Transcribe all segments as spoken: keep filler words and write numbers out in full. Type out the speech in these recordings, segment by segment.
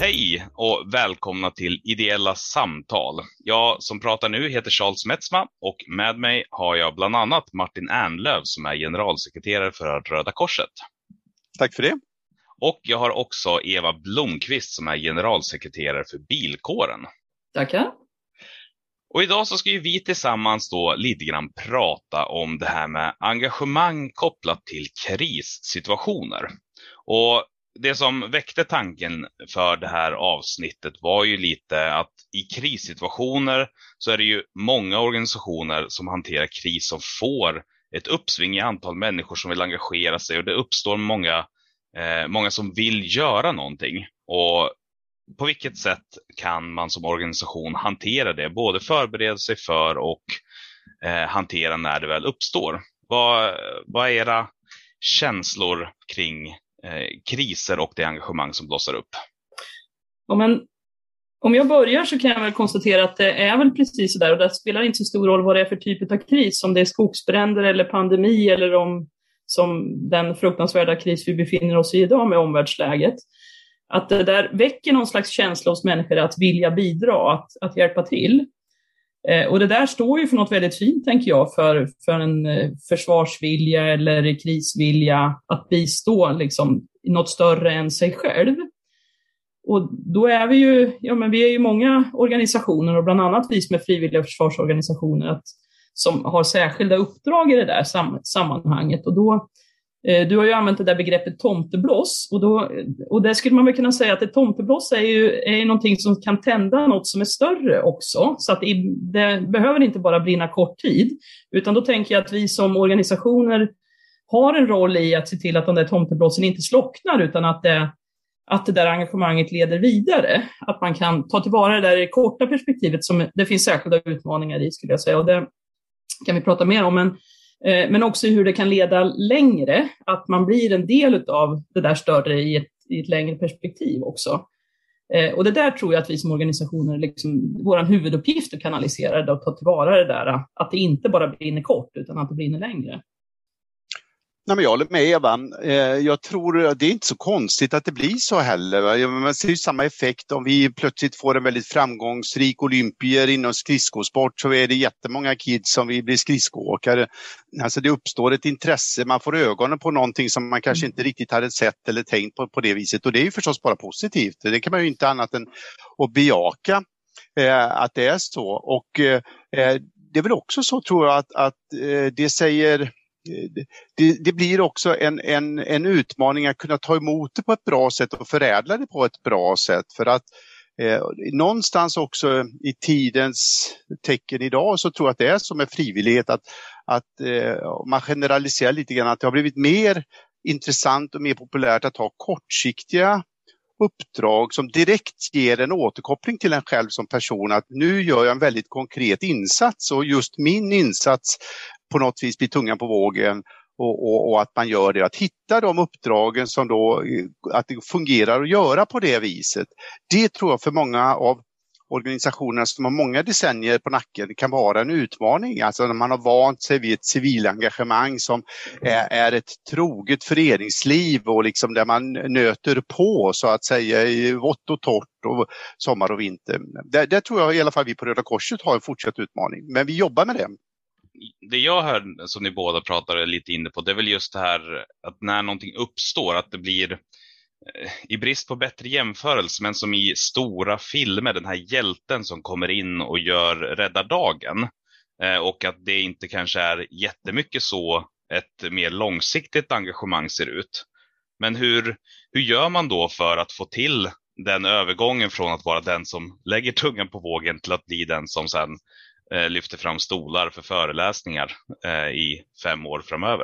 Hej och välkomna till Ideella samtal. Jag som pratar nu heter Charles Metzma och med mig har jag bland annat Martin Ernlöv som är generalsekreterare för Röda Korset. Tack för det. Och jag har också Eva Blomqvist som är generalsekreterare för Bilkåren. Tackar. Och idag så ska ju vi tillsammans då lite grann prata om det här med engagemang kopplat till krissituationer. Och det som väckte tanken för det här avsnittet var ju lite att i krissituationer så är det ju många organisationer som hanterar kris som får ett uppsving i antal människor som vill engagera sig, och det uppstår många, eh, många som vill göra någonting. Och på vilket sätt kan man som organisation hantera det? Både förbereda sig för och eh, hantera när det väl uppstår. Vad, vad är era känslor kring eh, kriser och det engagemang som blossar upp? Ja, men, om jag börjar så kan jag väl konstatera att det är väl precis så där, och det spelar inte så stor roll vad det är för typ av kris, om det är skogsbränder eller pandemi eller om som den fruktansvärda kris vi befinner oss i idag med omvärldsläget. Att det där väcker någon slags känsla hos människor att vilja bidra, att, att hjälpa till. Eh, och det där står ju för något väldigt fint, tänker jag, för, för en eh, försvarsvilja eller krisvilja att bistå liksom, något större än sig själv. Och då är vi ju, ja men vi är ju många organisationer, och bland annat vi som är frivilliga försvarsorganisationer, att, som har särskilda uppdrag i det där sam- sammanhanget. Och då Du har ju använt det där begreppet tomteblås, och, då, och där skulle man väl kunna säga att ett tomteblås är ju är någonting som kan tända något som är större också. Så att det, det behöver inte bara brinna kort tid, utan då tänker jag att vi som organisationer har en roll i att se till att de där tomteblåsen inte slocknar, utan att det, att det där engagemanget leder vidare. Att man kan ta tillvara det där i det korta perspektivet som det finns särskilda utmaningar i, skulle jag säga. Och det kan vi prata mer om, men Men också hur det kan leda längre, att man blir en del av det där större i ett, i ett längre perspektiv också. Eh, och det där tror jag att vi som organisationer, liksom, vår huvuduppgift att kanalisera det och ta tillvara det där, att det inte bara brinner kort utan att det brinner längre. Nej, men jag håller med Eva. Jag tror det är inte så konstigt att det blir så heller. Man ser ju samma effekt om vi plötsligt får en väldigt framgångsrik olympier inom skridskosport, så är det jättemånga kids som vill bli skridskoåkare. Alltså det uppstår ett intresse, man får ögonen på någonting som man kanske inte riktigt hade sett eller tänkt på på det viset, och det är ju förstås bara positivt. Det kan man ju inte annat än att bejaka eh, att det är så. Och eh, det är väl också så, tror jag, att, att eh, det säger... Det, det blir också en, en, en utmaning att kunna ta emot det på ett bra sätt och förädla det på ett bra sätt. För att eh, någonstans också i tidens tecken idag så tror jag att det är som med frivillighet, att, att eh, man generaliserar lite grann, att det har blivit mer intressant och mer populärt att ha kortsiktiga uppdrag som direkt ger en återkoppling till en själv som person, att nu gör jag en väldigt konkret insats, och just min insats på något vis blir tungan på vågen, och, och, och att man gör det, att hitta de uppdragen som då, att det fungerar att göra på det viset. Det tror jag för många av organisationerna som har många decennier på nacken kan vara en utmaning. Alltså när man har vant sig vid ett civilengagemang som är, är ett troget föreningsliv, och liksom där man nöter på så att säga i vått och torrt och sommar och vinter. Där, där tror jag i alla fall vi på Röda Korset har en fortsatt utmaning, men vi jobbar med det. Det jag hör som ni båda pratar lite inne på, det är väl just det här att när någonting uppstår, att det blir, i brist på bättre jämförelse, men som i stora filmer, den här hjälten som kommer in och gör räddar dagen, och att det inte kanske är jättemycket så ett mer långsiktigt engagemang ser ut. Men hur, hur gör man då för att få till den övergången från att vara den som lägger tungan på vågen till att bli den som sen eh, lyfter fram stolar för föreläsningar eh, i fem år framöver?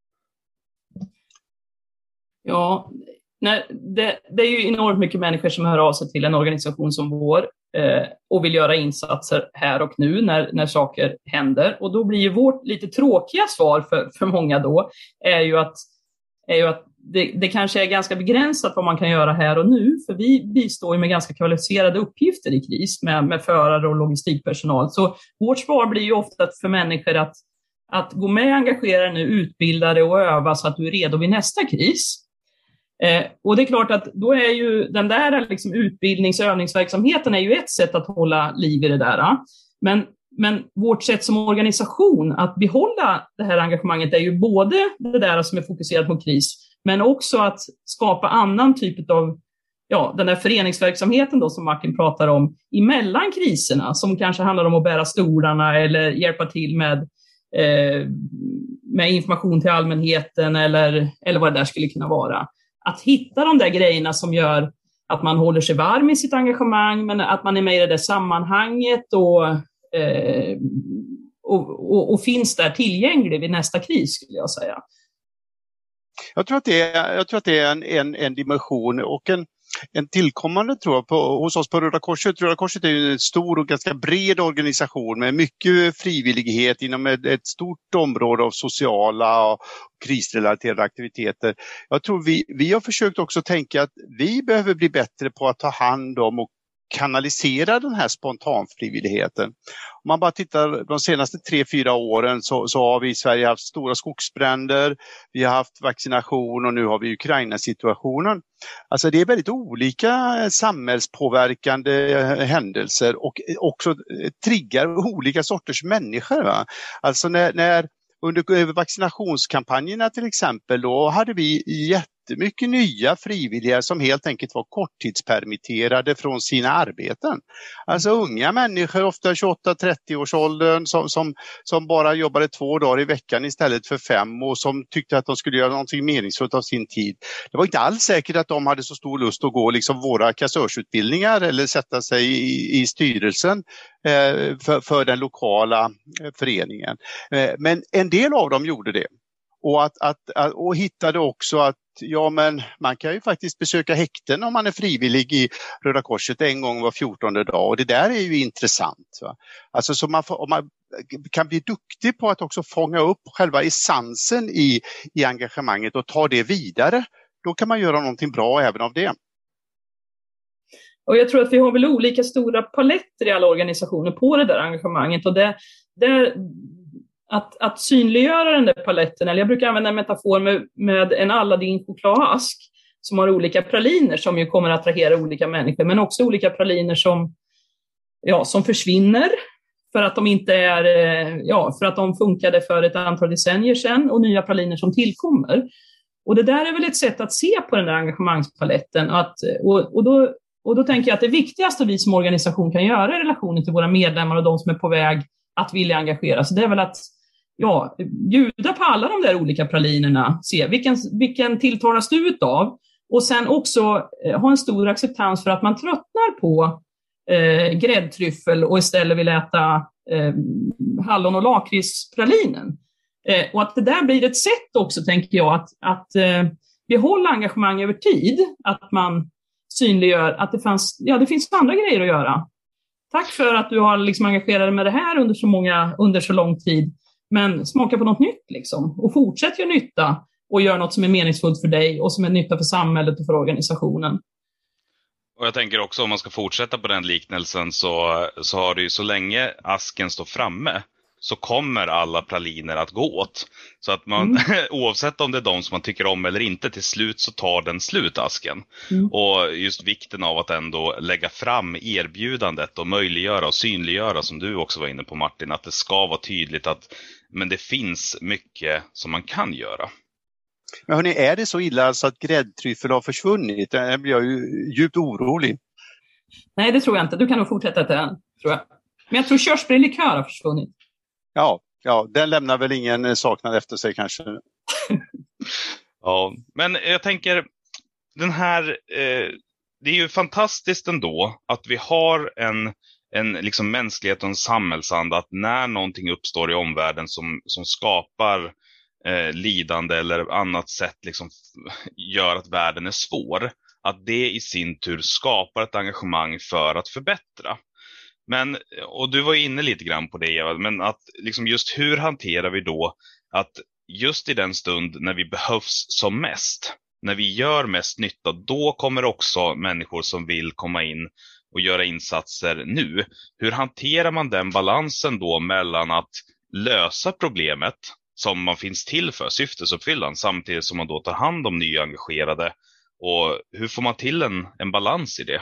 Ja, nej, det, det är ju enormt mycket människor som hör av sig till en organisation som vår eh, och vill göra insatser här och nu när, när saker händer. Och då blir ju vårt lite tråkiga svar för, för många då är ju att, är ju att det, det kanske är ganska begränsat vad man kan göra här och nu. För vi bistår ju med ganska kvalificerade uppgifter i kris med, med förare och logistikpersonal. Så vårt svar blir ju ofta för människor att, att gå med, engagera nu, utbilda dig och öva så att du är redo vid nästa kris. Eh, och det är klart att då är ju den där liksom utbildnings- och övningsverksamheten är ju ett sätt att hålla liv i det där. Men, men vårt sätt som organisation att behålla det här engagemanget är ju både det där som är fokuserat på kris, men också att skapa annan typ av, ja, den där föreningsverksamheten då som Martin pratar om emellan kriserna, som kanske handlar om att bära stolarna eller hjälpa till med, eh, med information till allmänheten eller, eller vad det där skulle kunna vara. Att hitta de där grejerna som gör att man håller sig varm i sitt engagemang, men att man är med i det där sammanhanget och, eh, och, och, och finns där tillgänglig vid nästa kris, skulle jag säga. Jag tror att det är, jag tror att det är en, en, en dimension och en, en tillkommande, tror jag, på, hos oss på Röda Korset. Röda Korset är ju en stor och ganska bred organisation med mycket frivillighet inom ett, ett stort område av sociala och krisrelaterade aktiviteter. Jag tror vi, vi har försökt också tänka att vi behöver bli bättre på att ta hand om och kanalisera den här spontanfrivilligheten. Om man bara tittar de senaste tre, fyra åren så, så har vi i Sverige haft stora skogsbränder, vi har haft vaccination och nu har vi Ukraina-situationen. Alltså det är väldigt olika samhällspåverkande händelser och också triggar olika sorters människor. Va? Alltså när, när under vaccinationskampanjerna till exempel, då hade vi jättemycket nya frivilliga som helt enkelt var korttidspermitterade från sina arbeten. Alltså unga människor, ofta tjugoåtta till trettio års åldern, som, som, som bara jobbade två dagar i veckan istället för fem och som tyckte att de skulle göra någonting meningsfullt av sin tid. Det var inte alls säkert att de hade så stor lust att gå liksom våra kassörsutbildningar eller sätta sig i, i styrelsen eh, för, för den lokala eh, föreningen. Eh, men en del av dem gjorde det. Och, att, att, att, och hittade också att ja, men man kan ju faktiskt besöka häkten om man är frivillig i Röda Korset en gång var fjortonde dag. Och det där är ju intressant. Va? Alltså så man, får, om man kan bli duktig på att också fånga upp själva essensen i, i engagemanget och ta det vidare, då kan man göra någonting bra även av det. Och jag tror att vi har väl olika stora paletter i alla organisationer på det där engagemanget. Och det, det Att, att synliggöra den där paletten, eller jag brukar använda en metafor med, med en Aladdin-chokladask som har olika praliner som ju kommer att attrahera olika människor, men också olika praliner som, ja, som försvinner för att de inte är, ja, för att de funkade för ett antal decennier sedan, och nya praliner som tillkommer. Och det där är väl ett sätt att se på den där engagemangspaletten, att, och, och, då, och då tänker jag att det viktigaste vi som organisation kan göra i relationen till våra medlemmar och de som är på väg att vilja engagera sig, det är väl att ja, bjuda på alla de där olika pralinerna, se vilken, vilken tilltalas du utav, och sen också eh, ha en stor acceptans för att man tröttnar på eh, gräddtryffel och istället vill äta eh, hallon- och lakritspralinen. Eh, och att det där blir ett sätt också, tänker jag, att, att eh, behålla engagemang över tid, att man synliggör att det, fanns, ja, det finns andra grejer att göra. Tack för att du har liksom engagerat dig med det här under så, många, under så lång tid. Men smaka på något nytt liksom. Och fortsätt göra nytta och gör något som är meningsfullt för dig och som är nytta för samhället och för organisationen. Och jag tänker också, om man ska fortsätta på den liknelsen, så, så har det ju så länge asken står framme så kommer alla praliner att gå åt. Så att man, mm. oavsett om det är de som man tycker om eller inte, till slut så tar den slut, asken. Mm. Och just vikten av att ändå lägga fram erbjudandet och möjliggöra och synliggöra, som du också var inne på, Martin, att det ska vara tydligt att men det finns mycket som man kan göra. Men hörni, är det så illa så att gräddtryffel har försvunnit? Där blir jag ju djupt orolig. Nej, det tror jag inte. Du kan nog fortsätta till den, tror jag. Men jag tror körsbärlikör har försvunnit. Ja, ja, den lämnar väl ingen saknad efter sig kanske. Ja, men jag tänker, den här, eh, det är ju fantastiskt ändå att vi har en, en liksom mänsklighet och en samhällsanda, att när någonting uppstår i omvärlden som, som skapar eh, lidande eller annat sätt liksom gör att världen är svår, att det i sin tur skapar ett engagemang för att förbättra. Men, och du var inne lite grann på det, Eva, men att liksom just hur hanterar vi då att just i den stund när vi behövs som mest, när vi gör mest nytta, då kommer också människor som vill komma in och göra insatser nu. Hur hanterar man den balansen då mellan att lösa problemet som man finns till för, syftesuppfyllan, samtidigt som man då tar hand om nya engagerade Och hur får man till en, en balans i det?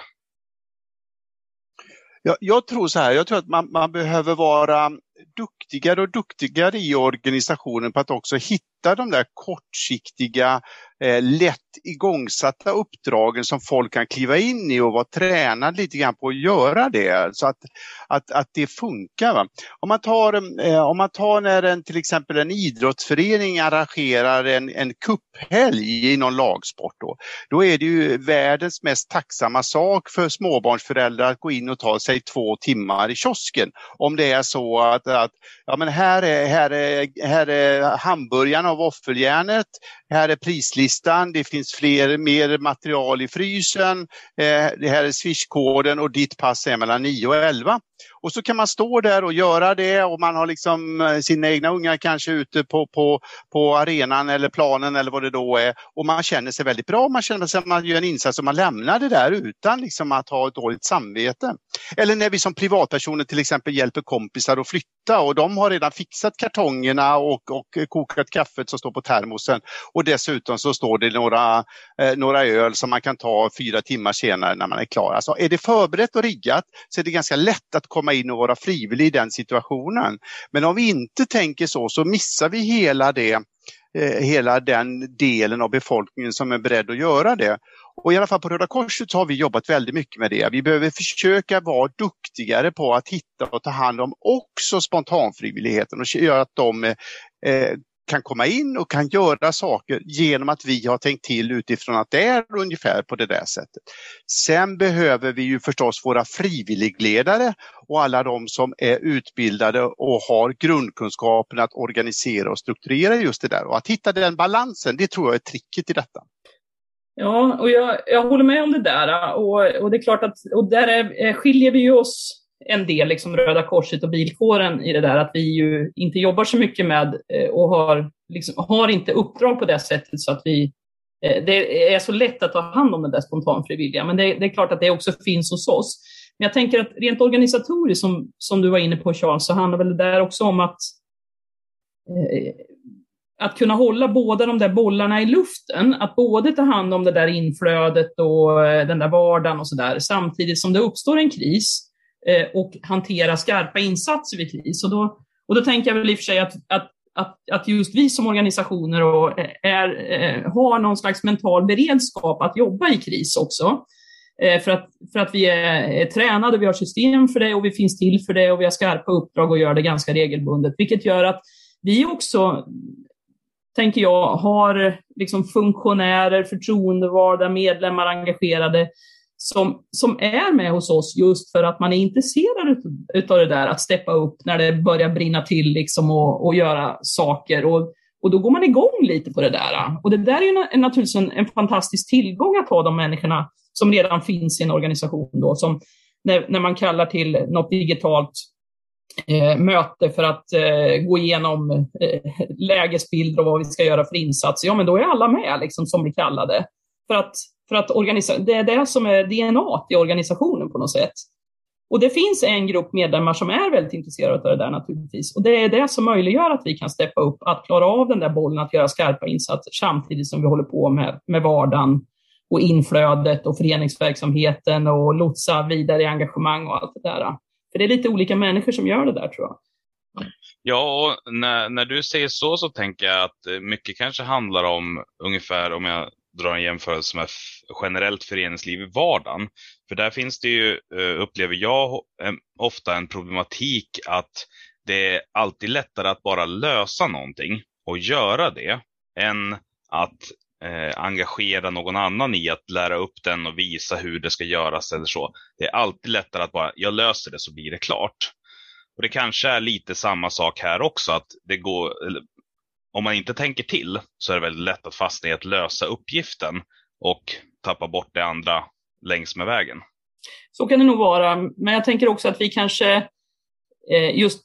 Jag, jag tror så här, jag tror att man, man behöver vara duktigare och duktigare i organisationen på att också hitta de där kortsiktiga, eh, lätt igångsatta uppdragen som folk kan kliva in i och vara tränad lite grann på att göra det, så att, att, att det funkar. Va? Om man tar, eh, om man tar när en, till exempel en idrottsförening arrangerar en, en cuphelg i någon lagsport då, då är det ju världens mest tacksamma sak för småbarnsföräldrar att gå in och ta sig två timmar i kiosken. Om det är så att, att ja, men här är, här är, här är hamburgarna och våffeljärnet, här är prislistan, det finns fler, mer material i frysen, eh, det här är swishkoden och ditt pass är mellan nio och elva. Och så kan man stå där och göra det, och man har liksom sina egna ungar kanske ute på, på, på arenan eller planen eller vad det då är. Och man känner sig väldigt bra, man känner sig att man gör en insats och man lämnar det där utan liksom att ha ett dåligt samvete. Eller när vi som privatpersoner till exempel hjälper kompisar att flytta, och de har redan fixat kartongerna och, och kokat kaffet som står på termosen. Och dessutom så står det några, eh, några öl som man kan ta fyra timmar senare när man är klar. Alltså är det förberett och riggat så är det ganska lätt att komma in och vara frivillig i den situationen. Men om vi inte tänker så, så missar vi hela det, eh, hela den delen av befolkningen som är beredd att göra det. Och i alla fall på Röda Korset så har vi jobbat väldigt mycket med det. Vi behöver försöka vara duktigare på att hitta och ta hand om också spontanfrivilligheten och göra att de eh, kan komma in och kan göra saker genom att vi har tänkt till utifrån att det är ungefär på det där sättet. Sen behöver vi ju förstås våra frivilligledare och alla de som är utbildade och har grundkunskapen att organisera och strukturera just det där. Och att hitta den balansen, det tror jag är tricket i detta. Ja, och jag, jag håller med om det där. Och, och det är klart att och där är, skiljer vi ju oss en del, liksom Röda Korset och bilkåren, i det där att vi ju inte jobbar så mycket med och har, liksom, har inte uppdrag på det sättet så att vi, det är så lätt att ta hand om den där spontanfrivilliga. Men det, det är klart att det också finns hos oss. Men jag tänker att rent organisatoriskt, som, som du var inne på Charles, så handlar väl det där också om att eh, att kunna hålla båda de där bollarna i luften, att både ta hand om det där inflödet och den där vardagen och så där, samtidigt som det uppstår en kris, eh, och hantera skarpa insatser vid kris. Och då, och då tänker jag väl i och för sig att, att, att, att just vi som organisationer och är, eh, har någon slags mental beredskap att jobba i kris också. Eh, för, att, för att vi är, är tränade, vi har system för det och vi finns till för det och vi har skarpa uppdrag och gör det ganska regelbundet. Vilket gör att vi också, tänker jag, har liksom funktionärer, förtroendevalda, medlemmar engagerade som, som är med hos oss just för att man är intresserad utav det där, att steppa upp när det börjar brinna till liksom och, och göra saker. Och, och då går man igång lite på det där. Och det där är ju en, naturligtvis en, en fantastisk tillgång att ha de människorna som redan finns i en organisation då, som när, när man kallar till något digitalt Eh, möte för att eh, gå igenom eh, lägesbilder och vad vi ska göra för insatser. Ja, men då är alla med liksom, som blir kallade. För att, för att organisa- det är det som är D N A i organisationen på något sätt. Och det finns en grupp medlemmar som är väldigt intresserade av det där naturligtvis. Och det är det som möjliggör att vi kan steppa upp, att klara av den där bollen, att göra skarpa insatser samtidigt som vi håller på med, med vardagen och inflödet och föreningsverksamheten och lotsa vidare i engagemang och allt det där. För det är lite olika människor som gör det där, tror jag. Ja, och när, när du säger så så tänker jag att mycket kanske handlar om ungefär, om jag drar en jämförelse med generellt föreningsliv i vardagen. För där finns det ju, upplever jag, ofta en problematik att det är alltid lättare att bara lösa någonting och göra det än att Eh, engagera någon annan i att lära upp den och visa hur det ska göras eller så. Det är alltid lättare att bara, jag löser det så blir det klart. Och det kanske är lite samma sak här också, att det går, eller, om man inte tänker till så är det väldigt lätt att fastna i att lösa uppgiften och tappa bort det andra längs med vägen. Så kan det nog vara, men jag tänker också att vi kanske eh, just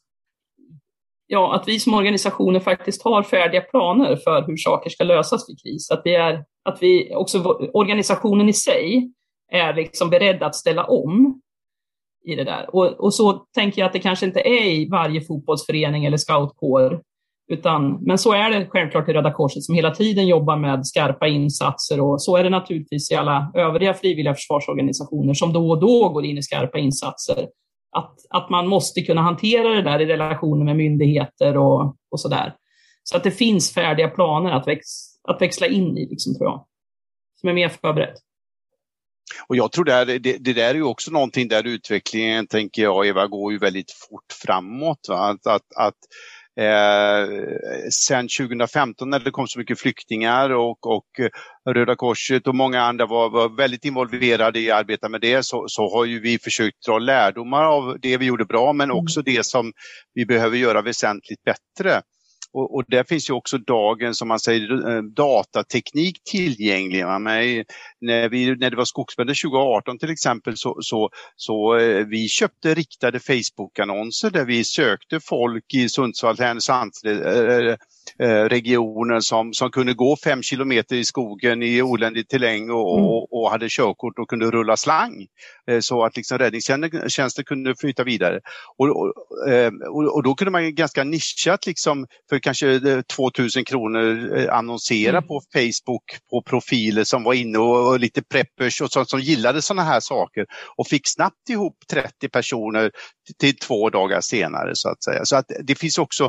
Ja, att vi som organisationer faktiskt har färdiga planer för hur saker ska lösas vid kris. Att vi, är, att vi också, organisationen i sig är liksom beredd att ställa om i det där. Och, och så tänker jag att det kanske inte är i varje fotbollsförening eller scoutkår Utan, men så är det självklart i Röda Korset som hela tiden jobbar med skarpa insatser, och så är det naturligtvis i alla övriga frivilliga försvarsorganisationer som då och då går in i skarpa insatser. Att, att man måste kunna hantera det där i relationer med myndigheter och, och sådär. Så att det finns färdiga planer att, väx, att växla in i, liksom, tror jag, som är mer förberett. Och jag tror det, det, det där är ju också någonting där utvecklingen, tänker jag, Eva, går ju väldigt fort framåt. Va? Att, att, att eh, sen tjugo femton när det kom så mycket flyktingar och, och Röda Korset och många andra var, var väldigt involverade i att arbeta med det, så, så har ju vi försökt dra lärdomar av det vi gjorde bra, men också det som vi behöver göra väsentligt bättre. Och, och där finns ju också dagens, som man säger, datateknik tillgänglig. Men när, vi, när det var skogsbränder tjugo arton till exempel, så, så, så eh, vi köpte riktade Facebook-annonser där vi sökte folk i Sundsvall, Härnösands eh, regionen som, som kunde gå fem kilometer i skogen i oländig terräng och, mm. och, och hade körkort och kunde rulla slang, eh, så att liksom räddningstjänsten kunde flytta vidare. Och, och, och, och då kunde man ganska nischat liksom för kanske tvåtusen kronor annonsera mm. på Facebook på profiler som var inne och, och lite preppers och sånt som gillade såna här saker, och fick snabbt ihop trettio personer till, till två dagar senare, så att säga. Så att det finns också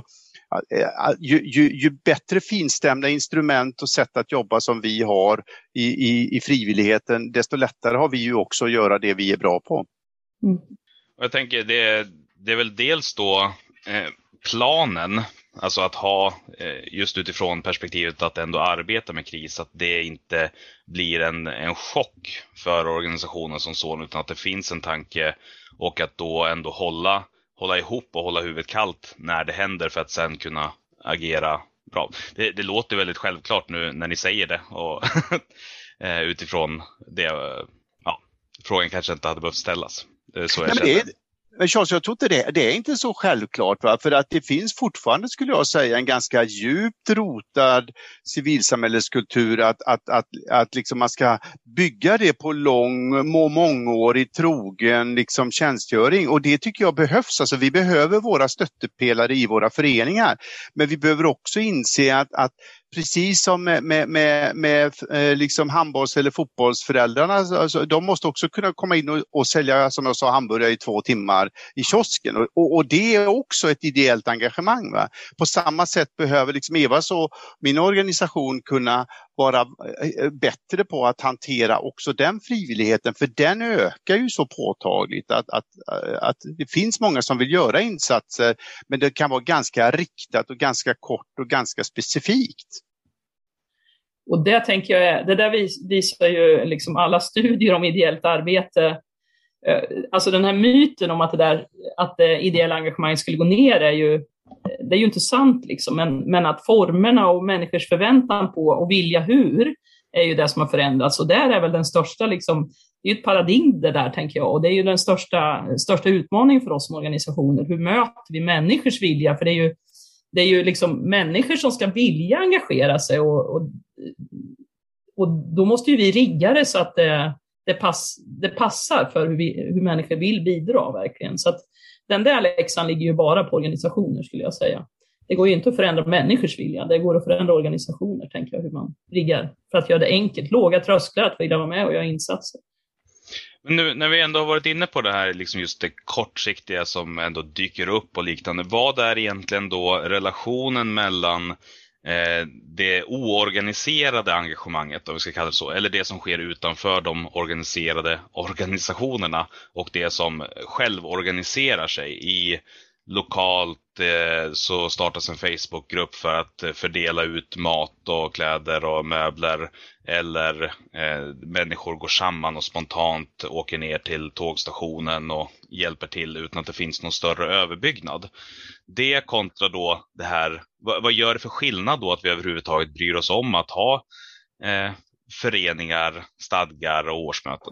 Ju, ju, ju bättre finstämda instrument och sätt att jobba som vi har i, i, i frivilligheten, desto lättare har vi ju också att göra det vi är bra på. Mm. Jag tänker det, det är väl dels då eh, planen, alltså att ha eh, just utifrån perspektivet att ändå arbeta med kris, att det inte blir en, en chock för organisationen som sådan, utan att det finns en tanke, och att då ändå hålla hålla ihop och hålla huvudet kallt när det händer för att sen kunna agera bra. Det, det låter väldigt självklart nu när ni säger det, och utifrån det, ja, frågan kanske inte hade behövt ställas. Så jag Nej, men, men Charles, jag tror inte det, det är inte så självklart, va? För att det finns fortfarande, skulle jag säga, en ganska djupt rotad civilsamhälleskultur, att, att, att, att liksom man ska bygga det på lång, mångårig trogen liksom tjänstgöring, och det tycker jag behövs. Alltså vi behöver våra stöttepelare i våra föreningar, men vi behöver också inse att, att precis som med, med, med, med liksom handbolls- eller fotbollsföräldrarna, alltså, de måste också kunna komma in och, och sälja, som jag sa, hamburgare i två timmar i kiosken. Och, och, och det är också ett ideellt engagemang. Va? På samma sätt behöver liksom Eva och min organisation kunna vara bättre på att hantera också den frivilligheten, för den ökar ju så påtagligt att, att, att det finns många som vill göra insatser, men det kan vara ganska riktat och ganska kort och ganska specifikt. Och det tänker jag, det där visar ju liksom alla studier om ideellt arbete. Alltså den här myten om att det där, att det ideella engagemanget skulle gå ner är ju, det är ju inte sant liksom, men, men att formerna och människors förväntan på och vilja hur är ju det som har förändrats, och där är väl den största liksom, det är ju ett paradigm det där, tänker jag, och det är ju den största, största utmaningen för oss som organisationer. Hur möter vi människors vilja? För det är ju, det är ju liksom människor som ska vilja engagera sig, och, och, och då måste ju vi rigga det så att det, det, pass, det passar för hur, vi, hur människor vill bidra verkligen. Så att den där läxan ligger ju bara på organisationer, skulle jag säga. Det går ju inte att förändra människors vilja, det går att förändra organisationer, tänker jag, hur man riggar för att göra det enkelt, låga trösklar att vilja vara med och göra insatser. Men nu när vi ändå har varit inne på det här, liksom just det kortsiktiga som ändå dyker upp och liknande, vad är egentligen då relationen mellan eh, det oorganiserade engagemanget, om vi ska kalla det så, eller det som sker utanför de organiserade organisationerna, och det som själv organiserar sig i lokalt, eh, så startas en Facebookgrupp för att eh, fördela ut mat och kläder och möbler, eller eh, människor går samman och spontant åker ner till tågstationen och hjälper till utan att det finns någon större överbyggnad. Det kontra då det här, vad, vad gör det för skillnad då att vi överhuvudtaget bryr oss om att ha eh, föreningar, stadgar och årsmöten?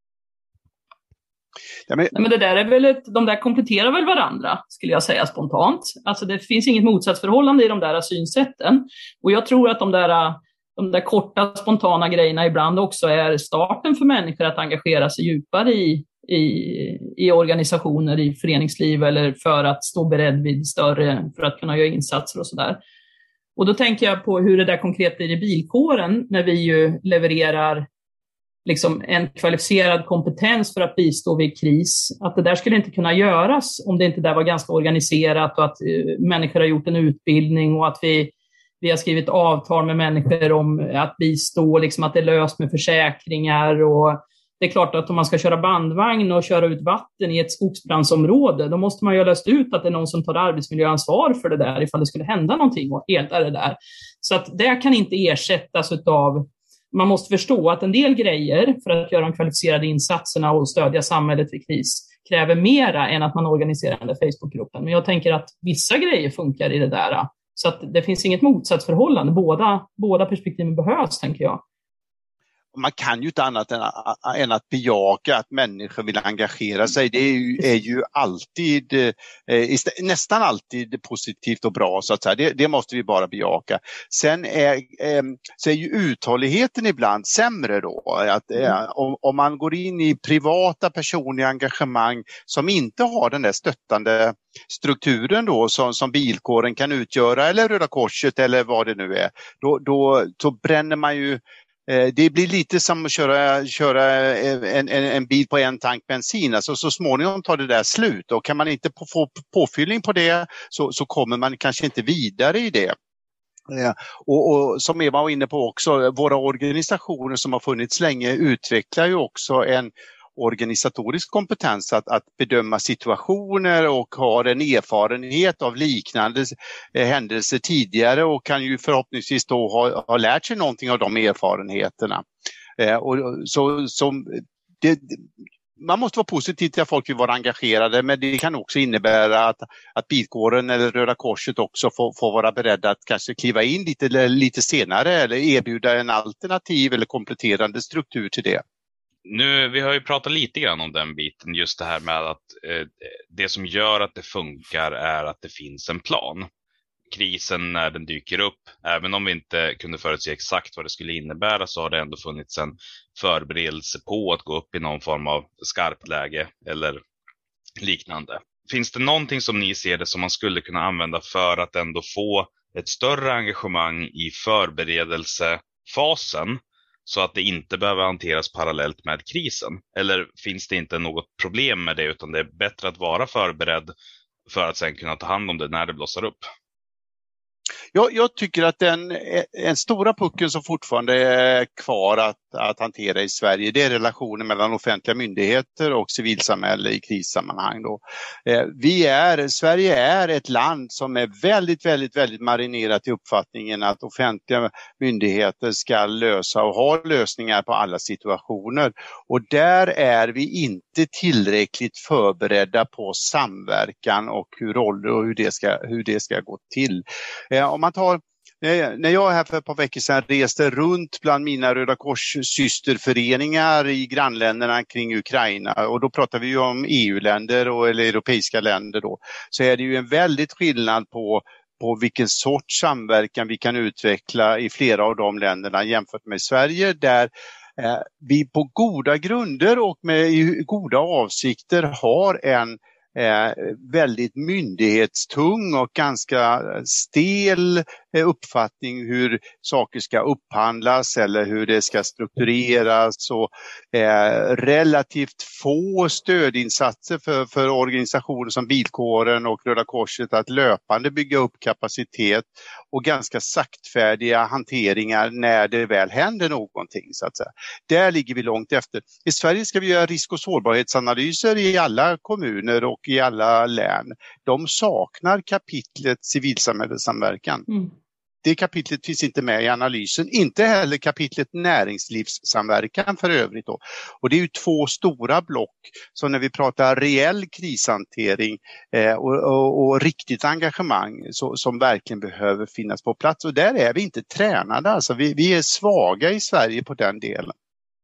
Ja, men... Nej, men det där är väl ett, de där kompletterar väl varandra, skulle jag säga spontant. Alltså det finns inget motsatsförhållande i de där synsätten. Och jag tror att de där, de där korta spontana grejerna ibland också är starten för människor att engagera sig djupare i, i, i organisationer, i föreningsliv eller för att stå beredd vid större, för att kunna göra insatser och sådär. Och då tänker jag på hur det där konkret blir i bilkåren när vi ju levererar liksom en kvalificerad kompetens för att bistå vid kris. Att det där skulle inte kunna göras om det inte där var ganska organiserat och att uh, människor har gjort en utbildning och att vi, vi har skrivit avtal med människor om att bistå, liksom att det är löst med försäkringar. Och det är klart att om man ska köra bandvagn och köra ut vatten i ett skogsbrandsområde, då måste man ju ha löst ut att det är någon som tar arbetsmiljöansvar för det där ifall det skulle hända någonting och helt är det där. Så att det kan inte ersättas utav. Man måste förstå att en del grejer för att göra de kvalificerade insatserna och stödja samhället vid kris kräver mera än att man organiserar den där Facebookgruppen. Men jag tänker att vissa grejer funkar i det där. Så att det finns inget motsatsförhållande. Båda, båda perspektiven behövs, tänker jag. Man kan ju inte annat än, än att bejaka att människor vill engagera sig. Det är ju, är ju alltid, eh, nästan alltid positivt och bra, så att säga. Det, det måste vi bara bejaka. Sen är, eh, så är ju uthålligheten ibland sämre då. Att, eh, om, om man går in i privata personliga engagemang som inte har den där stöttande strukturen då som, som bilkåren kan utgöra, eller Röda Korset eller vad det nu är, då, då, då bränner man ju. Det blir lite som att köra, köra en, en, en bil på en tank bensin. Alltså så småningom tar det där slut. Och kan man inte få påfyllning på det så, så kommer man kanske inte vidare i det. Och, och som Eva var inne på också, våra organisationer som har funnits länge utvecklar ju också en organisatorisk kompetens att, att bedöma situationer och har en erfarenhet av liknande eh, händelser tidigare och kan ju förhoppningsvis då ha, ha lärt sig någonting av de erfarenheterna. Eh, och, så, som det, man måste vara positiv till att folk vill vara engagerade, men det kan också innebära att, att bilkåren eller Röda Korset också får, får vara beredda att kanske kliva in lite, lite senare eller erbjuda en alternativ eller kompletterande struktur till det. Nu, vi har ju pratat lite grann om den biten, just det här med att eh, det som gör att det funkar är att det finns en plan. Krisen när den dyker upp, även om vi inte kunde förutse exakt vad det skulle innebära, så har det ändå funnits en förberedelse på att gå upp i någon form av skarpt läge eller liknande. Finns det någonting som ni ser det som man skulle kunna använda för att ändå få ett större engagemang i förberedelsefasen, så att det inte behöver hanteras parallellt med krisen? Eller finns det inte något problem med det, utan det är bättre att vara förberedd för att sen kunna ta hand om det när det blossar upp? Jag, jag tycker att den en stora pucken som fortfarande är kvar att, att hantera i Sverige, det är relationen mellan offentliga myndigheter och civilsamhälle i krissammanhang då. Eh, vi är, Sverige är ett land som är väldigt, väldigt, väldigt marinerat i uppfattningen att offentliga myndigheter ska lösa och ha lösningar på alla situationer. Och där är vi inte tillräckligt förberedda på samverkan och hur roller och hur det ska, hur det ska gå till. Eh, om man tar, när jag här för ett par veckor sedan reste runt bland mina Röda Kors systerföreningar i grannländerna kring Ukraina, och då pratar vi ju om E U-länder och, eller europeiska länder då, så är det ju en väldigt skillnad på på vilken sorts samverkan vi kan utveckla i flera av de länderna jämfört med Sverige, där eh, vi på goda grunder och med goda avsikter har en Eh, väldigt myndighetstung och ganska stel eh, uppfattning hur saker ska upphandlas eller hur det ska struktureras, och eh, relativt få stödinsatser för, för organisationer som Bilkåren och Röda Korset att löpande bygga upp kapacitet, och ganska saktfärdiga hanteringar när det väl händer någonting, så att säga. Där ligger vi långt efter. I Sverige ska vi göra risk- och sårbarhetsanalyser i alla kommuner och i alla län. De saknar kapitlet civilsamhällessamverkan. Mm. Det kapitlet finns inte med i analysen. Inte heller kapitlet näringslivssamverkan för övrigt då. Och det är ju två stora block. Så när vi pratar reell krishantering eh, och, och, och riktigt engagemang så, som verkligen behöver finnas på plats. Och där är vi inte tränade. Alltså vi, vi är svaga i Sverige på den delen.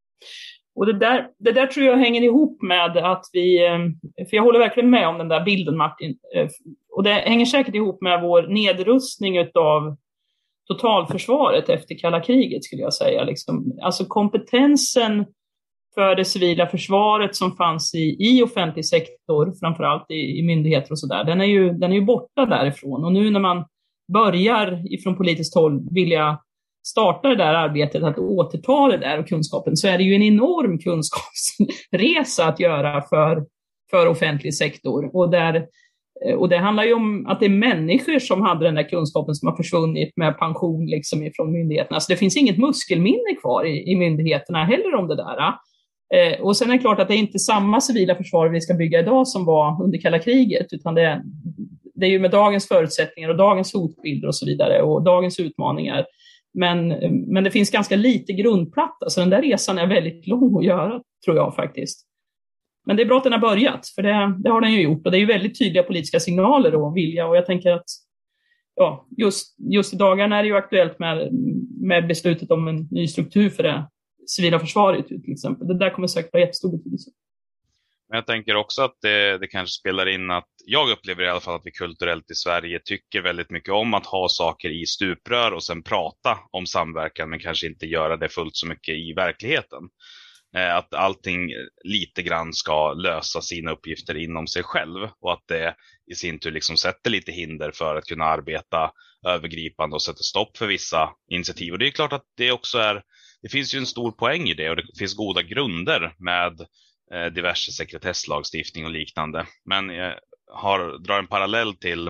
Och det där, det där tror jag hänger ihop med att vi, för jag håller verkligen med om den där bilden, Martin, och det hänger säkert ihop med vår nedrustning av totalförsvaret efter kalla kriget, skulle jag säga. Liksom. Alltså kompetensen för det civila försvaret som fanns i, i offentlig sektor, framförallt i, i myndigheter och sådär, den är ju, den är ju borta därifrån. Och nu när man börjar ifrån politiskt håll vilja starta det där arbetet att återta det där och kunskapen, så är det ju en enorm kunskapsresa att göra för, för offentlig sektor. Och, där, och det handlar ju om att det är människor som hade den där kunskapen som har försvunnit med pension liksom ifrån myndigheterna. Så det finns inget muskelminne kvar i, i myndigheterna heller om det där. Eh, och sen är det klart att det är inte samma civila försvar vi ska bygga idag som var under kalla kriget, utan det, det är ju med dagens förutsättningar och dagens hotbilder och så vidare och dagens utmaningar. Men, men det finns ganska lite grundplatta, så den där resan är väldigt lång att göra, tror jag faktiskt. Men det är bra att den har börjat, för det, det har den ju gjort. Och det är ju väldigt tydliga politiska signaler och vilja. Och jag tänker att ja, just, just i dagarna är det ju aktuellt med, med beslutet om en ny struktur för det civila försvaret till exempel. Det där kommer säkert ha jättestor betydelse. Men jag tänker också att det, det kanske spelar in att jag upplever i alla fall att vi kulturellt i Sverige tycker väldigt mycket om att ha saker i stuprör och sen prata om samverkan, men kanske inte göra det fullt så mycket i verkligheten. Eh, att allting lite grann ska lösa sina uppgifter inom sig själv och att det i sin tur liksom sätter lite hinder för att kunna arbeta övergripande och sätta stopp för vissa initiativ. Och det är klart att det också är, det finns ju en stor poäng i det och det finns goda grunder med diverse sekretesslagstiftning och liknande. Men jag har, drar en parallell till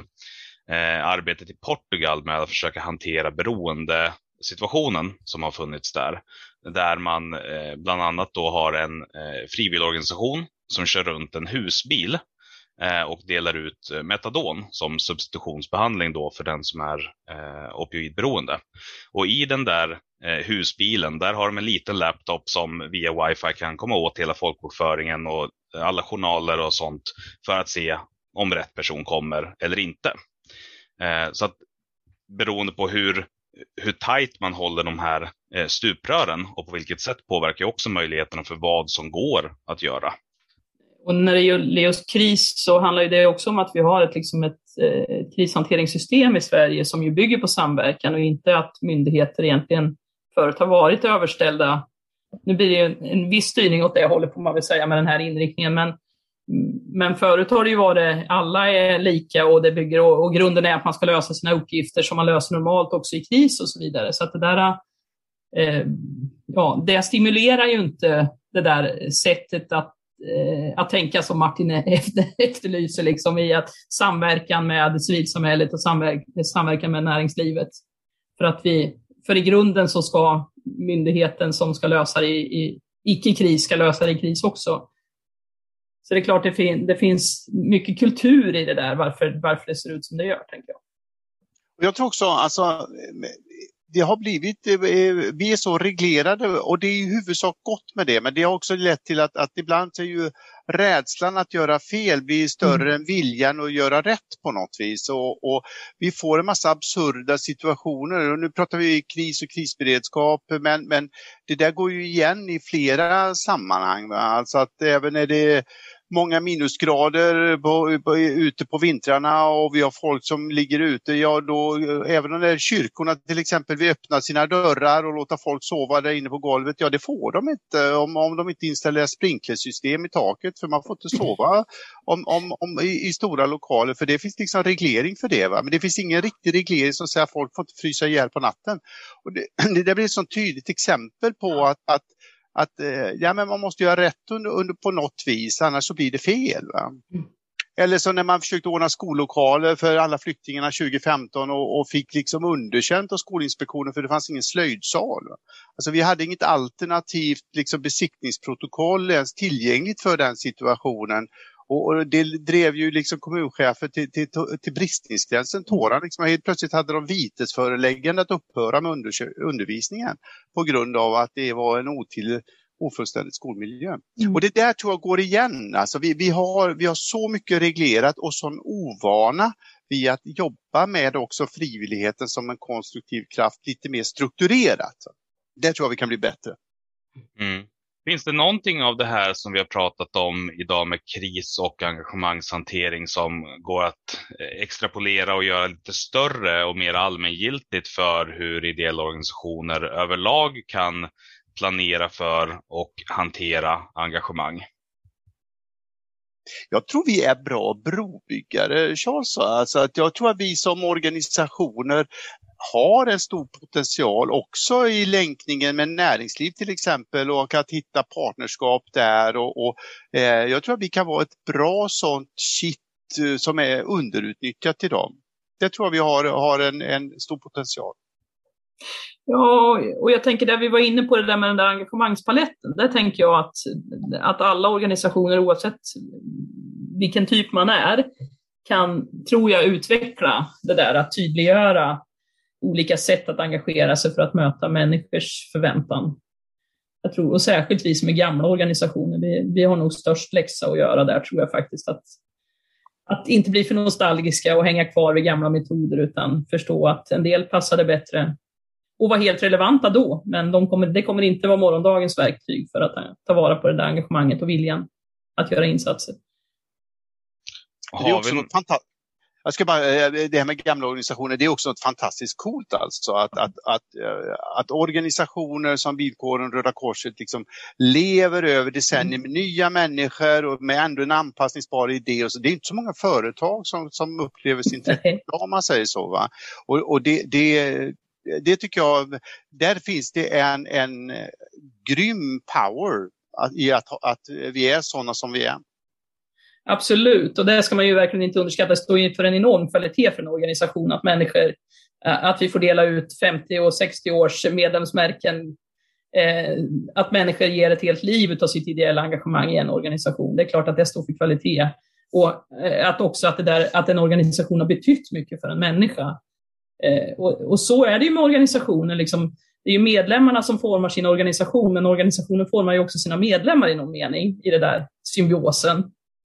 eh, arbetet i Portugal med att försöka hantera beroendesituationen som har funnits där. Där man eh, bland annat då har en eh, frivilligorganisation som kör runt en husbil eh, och delar ut metadon som substitutionsbehandling då för den som är eh, opioidberoende. Och i den där Eh, husbilen, där har de en liten laptop som via wifi kan komma åt hela folkbokföringen och alla journaler och sånt för att se om rätt person kommer eller inte. Eh, så att beroende på hur, hur tajt man håller de här eh, stuprören och på vilket sätt påverkar också möjligheterna för vad som går att göra. Och när det gäller just kris så handlar det också om att vi har ett, liksom ett eh, krishanteringssystem i Sverige som ju bygger på samverkan och inte att myndigheter egentligen förut har varit överställda. Nu blir det ju en, en viss styrning åt det hållet får man väl säga med den här inriktningen, men, men förut har det ju varit alla är lika och det bygger och, och grunden är att man ska lösa sina uppgifter som man löser normalt också i kris och så vidare. Så att det där eh, ja, det stimulerar ju inte det där sättet att att tänka som Martin efterlyser liksom, i att samverkan med civilsamhället och samverkan, samverkan med näringslivet. För att vi, för i grunden så ska myndigheten som ska lösa det i, i icke-kris ska lösa det i kris också. Så det är klart det, fin, det finns mycket kultur i det där varför, varför det ser ut som det gör, tänker jag. Jag tror också, alltså det har blivit, vi är så reglerade och det är i huvudsak gott med det, men det har också lett till att, att ibland är ju rädslan att göra fel blir större mm. än viljan att göra rätt på något vis och, och vi får en massa absurda situationer och nu pratar vi kris och krisberedskap, men, men det där går ju igen i flera sammanhang, va? Alltså att även när det är många minusgrader på, på, ute på vintrarna och vi har folk som ligger ute, ja då, även om det är kyrkorna till exempel vill öppna sina dörrar och låta folk sova där inne på golvet, ja det får de inte om, om de inte installerar sprinklersystem i taket, för man får inte sova om, om, om, i, i stora lokaler, för det finns liksom reglering för det, va? Men det finns ingen riktig reglering som säger att folk får inte frysa ihjäl på natten. Och det, det där blir ett sånt tydligt exempel på att, att att ja, men man måste göra rätt under, under på något vis, annars så blir det fel. Va? Mm. Eller så när man försökte ordna skollokaler för alla flyktingarna tjugo femton och, och fick liksom underkänt av Skolinspektionen för det fanns ingen slöjdsal. Va? Alltså vi hade inget alternativt liksom besiktningsprotokoll ens tillgängligt för den situationen. Och det drev ju liksom kommunchefer till, till, till bristningsgränsen. Tåran liksom, helt plötsligt hade de vitesföreläggande att upphöra med under, undervisningen på grund av att det var en otill, ofullständig skolmiljö. Mm. Och det där tror jag går igen. Alltså vi, vi, har, vi har så mycket reglerat och sån ovana vid att jobba med också frivilligheten som en konstruktiv kraft lite mer strukturerat. Det tror jag vi kan bli bättre. Mm. Finns det någonting av det här som vi har pratat om idag med kris- och engagemangshantering som går att extrapolera och göra lite större och mer allmängiltigt för hur ideella organisationer överlag kan planera för och hantera engagemang? Jag tror vi är bra brobyggare, Charles. Alltså att jag tror att vi som organisationer har en stor potential också i länkningen med näringsliv till exempel, och att hitta partnerskap där. Och, och eh, jag tror att vi kan vara ett bra sånt kitt eh, som är underutnyttjat idag. Det tror jag vi har, har en, en stor potential. Ja, och jag tänker där vi var inne på det där med den där engagemangspaletten. Där tänker jag att, att alla organisationer, oavsett vilken typ man är, kan, tror jag, utveckla det där att tydliggöra olika sätt att engagera sig för att möta människors förväntan. Jag tror, och särskilt vi som är gamla organisationer, vi, vi har nog störst läxa att göra där, tror jag faktiskt. Att, att inte bli för nostalgiska och hänga kvar vid gamla metoder, utan förstå att en del passade bättre och var helt relevanta då, men de kommer, det kommer inte vara morgondagens verktyg för att ta vara på det där engagemanget och viljan att göra insatser. Det är också något fantastiskt. Jag ska bara, det här med gamla organisationer, det är också något fantastiskt coolt alltså. Att, att, att, att organisationer som Bilkåren, Röda Korset liksom lever över decennier med nya människor och med ändå en anpassningsbar idé. Och så. Det är inte så många företag som, som upplever sin träff, om man säger så. Va? Och, och det, det, det tycker jag, där finns det en, en grym power att, i att, att vi är sådana som vi är. Absolut, och det ska man ju verkligen inte underskatta. Det står ju för en enorm kvalitet för en organisation att människor, att vi får dela ut femtio och sextio års medlemsmärken, att människor ger ett helt liv av sitt ideella engagemang i en organisation. Det är klart att det står för kvalitet, och att också att, det där, att en organisation har betytt mycket för en människa. Och, och så är det ju med organisationer. Liksom, det är ju medlemmarna som formar sin organisation, men organisationen formar ju också sina medlemmar i någon mening i det där symbiosen.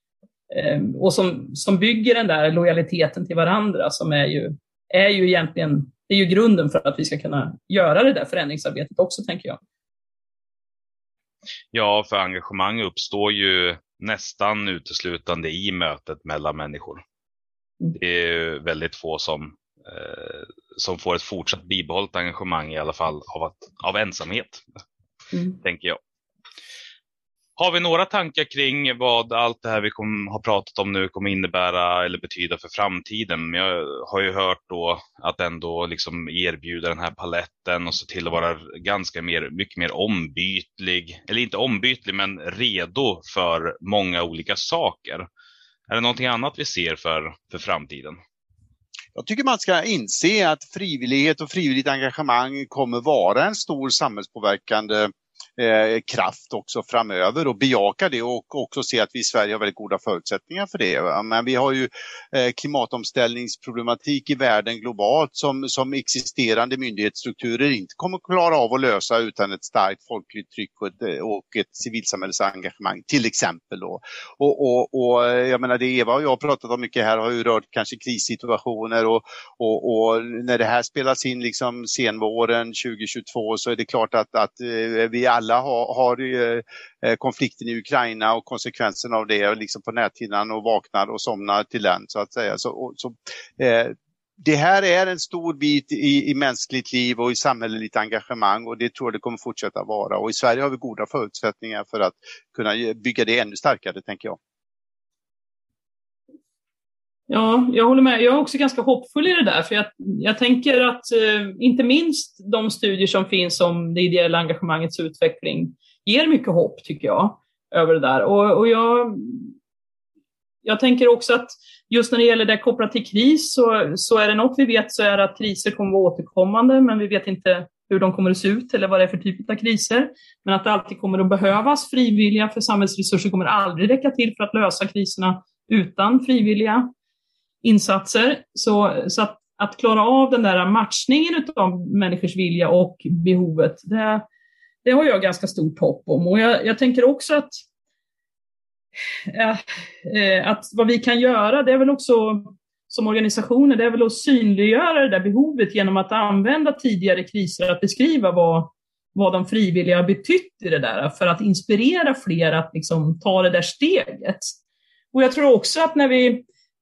Och som, som bygger den där lojaliteten till varandra, som är ju, är ju egentligen, det är ju grunden för att vi ska kunna göra det där förändringsarbetet också, tänker jag. Ja, för engagemang uppstår ju nästan uteslutande i mötet mellan människor. Mm. Det är väldigt få som, eh, som får ett fortsatt bibehållet engagemang, i alla fall av, att, av ensamhet, mm. tänker jag. Har vi några tankar kring vad allt det här vi kom, har pratat om nu kommer innebära eller betyda för framtiden? Jag har ju hört då att ändå liksom erbjuda den här paletten och se till att vara ganska mer, mycket mer ombytlig, eller inte ombytlig men redo för många olika saker. Är det någonting annat vi ser för, för framtiden? Jag tycker man ska inse att frivillighet och frivilligt engagemang kommer vara en stor samhällspåverkande Eh, kraft också framöver, och bejaka det, och också se att vi i Sverige har väldigt goda förutsättningar för det. Va? Men vi har ju eh, klimatomställningsproblematik i världen globalt som, som existerande myndighetsstrukturer inte kommer att klara av att lösa utan ett starkt folkligt tryck och ett, och ett civilsamhällesengagemang till exempel. Då. Och, och, och jag menar, det Eva och jag har pratat om mycket här har ju rört kanske krissituationer, och, och, och när det här spelas in liksom senvåren tjugo tjugotvå så är det klart att, att eh, vi alla Alla har, har eh, konflikten i Ukraina och konsekvenserna av det liksom på näthinnan, och vaknar och somnar till den, så att säga. Så, och, så, eh, det här är en stor bit i, i mänskligt liv och i samhälleligt engagemang, och det tror jag det kommer fortsätta vara. Och i Sverige har vi goda förutsättningar för att kunna bygga det ännu starkare, tänker jag. Ja, jag håller med. Jag är också ganska hoppfull i det där, för jag, jag tänker att eh, inte minst de studier som finns om det ideella engagemangets utveckling ger mycket hopp, tycker jag, över det där. Och, och jag, jag tänker också att just när det gäller det kopplat till kris, så, så är det något vi vet, så är det att kriser kommer att vara återkommande, men vi vet inte hur de kommer att se ut eller vad det är för typ av kriser. Men att det alltid kommer att behövas frivilliga, för samhällsresurser kommer aldrig räcka till för att lösa kriserna utan frivilliga insatser. Så, så att, att klara av den där matchningen av människors vilja och behovet, det, det har jag ganska stort hopp om. Och jag, jag tänker också att, äh, att vad vi kan göra, det är väl också som organisationer, det är väl att synliggöra det där behovet genom att använda tidigare kriser att beskriva vad, vad de frivilliga har betytt i det där, för att inspirera fler att liksom ta det där steget. Och jag tror också att när vi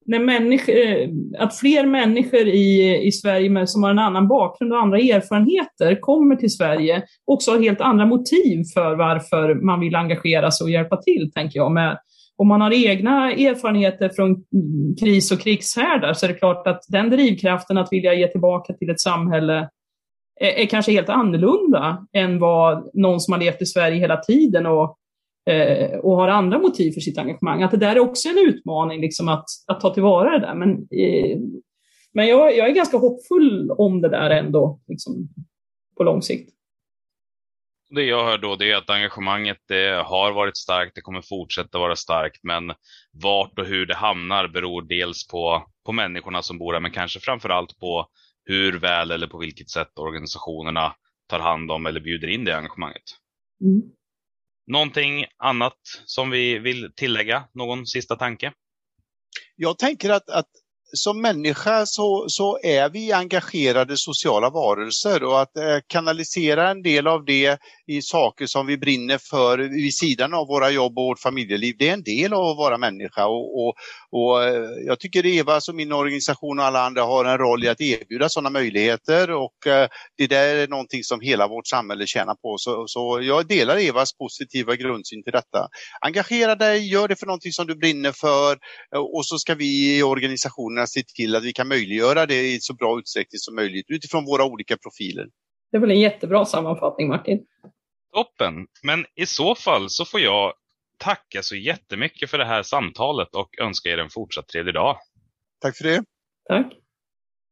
när människor, att fler människor i, i Sverige med, som har en annan bakgrund och andra erfarenheter kommer till Sverige också har helt andra motiv för varför man vill engagera sig och hjälpa till, tänker jag. Med, om man har egna erfarenheter från kris- och krigshärdar så är det klart att den drivkraften att vilja ge tillbaka till ett samhälle är, är kanske helt annorlunda än vad någon som har levt i Sverige hela tiden och och har andra motiv för sitt engagemang. Att det där är också en utmaning liksom att, att ta tillvara det där. Men, eh, men jag, jag är ganska hoppfull om det där ändå liksom, på lång sikt. Det jag hör då det är att engagemanget det har varit starkt, det kommer fortsätta vara starkt, men vart och hur det hamnar beror dels på, på människorna som bor här, men kanske framförallt på hur väl eller på vilket sätt organisationerna tar hand om eller bjuder in det engagemanget. Mm. Någonting annat som vi vill tillägga? Någon sista tanke? Jag tänker att, att som människa så, så är vi engagerade sociala varelser, och att eh, kanalisera en del av det i saker som vi brinner för vid sidan av våra jobb och vårt familjeliv, det är en del av att vara människa. Och, och, och eh, jag tycker Eva som min organisation och alla andra har en roll i att erbjuda sådana möjligheter, och eh, det där är någonting som hela vårt samhälle tjänar på. Så, så jag delar Evas positiva grundsyn till detta. Engagera dig, gör det för någonting som du brinner för, och så ska vi i organisationen se till att vi kan möjliggöra det i så bra utsträckning som möjligt utifrån våra olika profiler. Det är väl en jättebra sammanfattning, Martin. Toppen. Men i så fall så får jag tacka så jättemycket för det här samtalet och önska er en fortsatt trevlig dag. Tack för det. Tack.